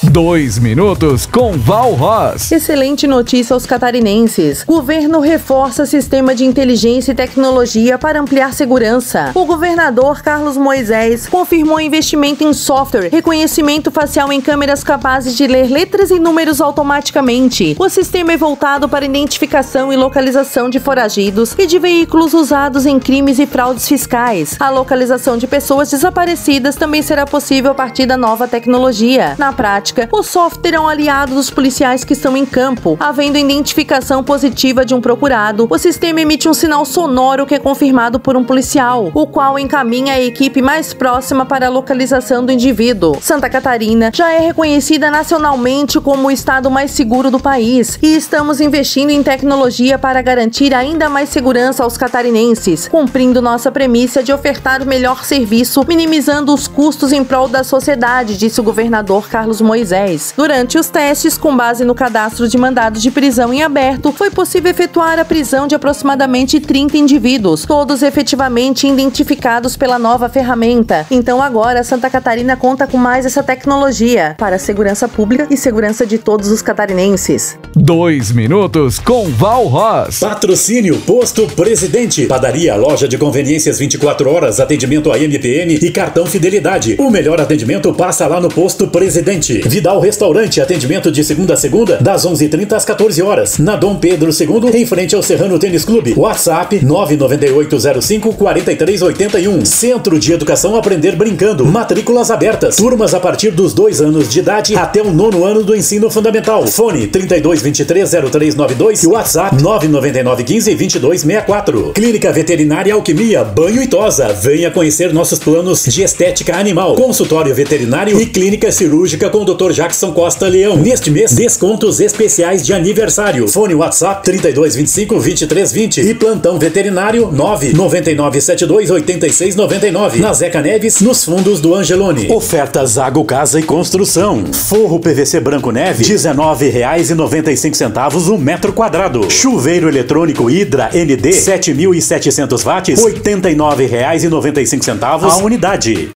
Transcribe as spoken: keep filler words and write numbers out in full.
Dois minutos com Val Ross. Excelente notícia aos catarinenses. Governo reforça sistema de inteligência e tecnologia para ampliar segurança. O governador Carlos Moisés confirmou investimento em software, reconhecimento facial em câmeras capazes de ler letras e números automaticamente. O sistema é voltado para identificação e localização de foragidos e de veículos usados em crimes e fraudes fiscais. A localização de pessoas desaparecidas também será possível a partir da nova tecnologia. Na prática, o software é um aliado dos policiais que estão em campo. Havendo identificação positiva de um procurado, o sistema emite um sinal sonoro que é confirmado por um policial, o qual encaminha a equipe mais próxima para a localização do indivíduo. Santa Catarina já é reconhecida nacionalmente como o estado mais seguro do país e estamos investindo em tecnologia para garantir ainda mais segurança aos catarinenses, cumprindo nossa premissa de ofertar o melhor serviço, minimizando os custos em prol da sociedade, disse o governador Carlos Moisés. Durante os testes, com base no cadastro de mandados de prisão em aberto, foi possível efetuar a prisão de aproximadamente trinta indivíduos, todos efetivamente identificados pela nova ferramenta. Então agora Santa Catarina conta com mais essa tecnologia para a segurança pública e segurança de todos os catarinenses. Dois minutos com Val Ross. Patrocínio Posto Presidente. Padaria, loja de conveniências vinte e quatro horas, atendimento a M P N e cartão Fidelidade. O melhor atendimento passa lá no Posto Presidente. Vidal Restaurante, atendimento de segunda a segunda, das onze e trinta às quatorze horas. Na Dom Pedro segundo, em frente ao Serrano Tênis Clube. WhatsApp nove nove oito zero cinco quatro três oito um. Centro de Educação Aprender Brincando. Matrículas abertas. Turmas a partir dos dois anos de idade até o nono ano do ensino fundamental. Fone trinta e dois, vinte e três, zero três nove dois e WhatsApp nove nove nove um cinco, vinte e dois sessenta e quatro. Clínica Veterinária Alquimia, Banho e Tosa. Venha conhecer nossos planos de estética animal. Consultório veterinário e clínica cirúrgica com o doutor Jackson Costa Leão. Neste mês, descontos especiais de aniversário. Fone WhatsApp trinta e dois, vinte e cinco, vinte e três vinte e plantão veterinário nove nove nove sete dois oito seis nove nove. Na Zeca Neves, nos fundos do Angelone. Ofertas Zago Casa e Construção. Forro P V C branco neve, dezenove reais e noventa e cinco centavos o metro quadrado. Chuveiro eletrônico Hidra N D, sete mil e setecentos watts, oitenta e nove reais e noventa e cinco centavos a unidade.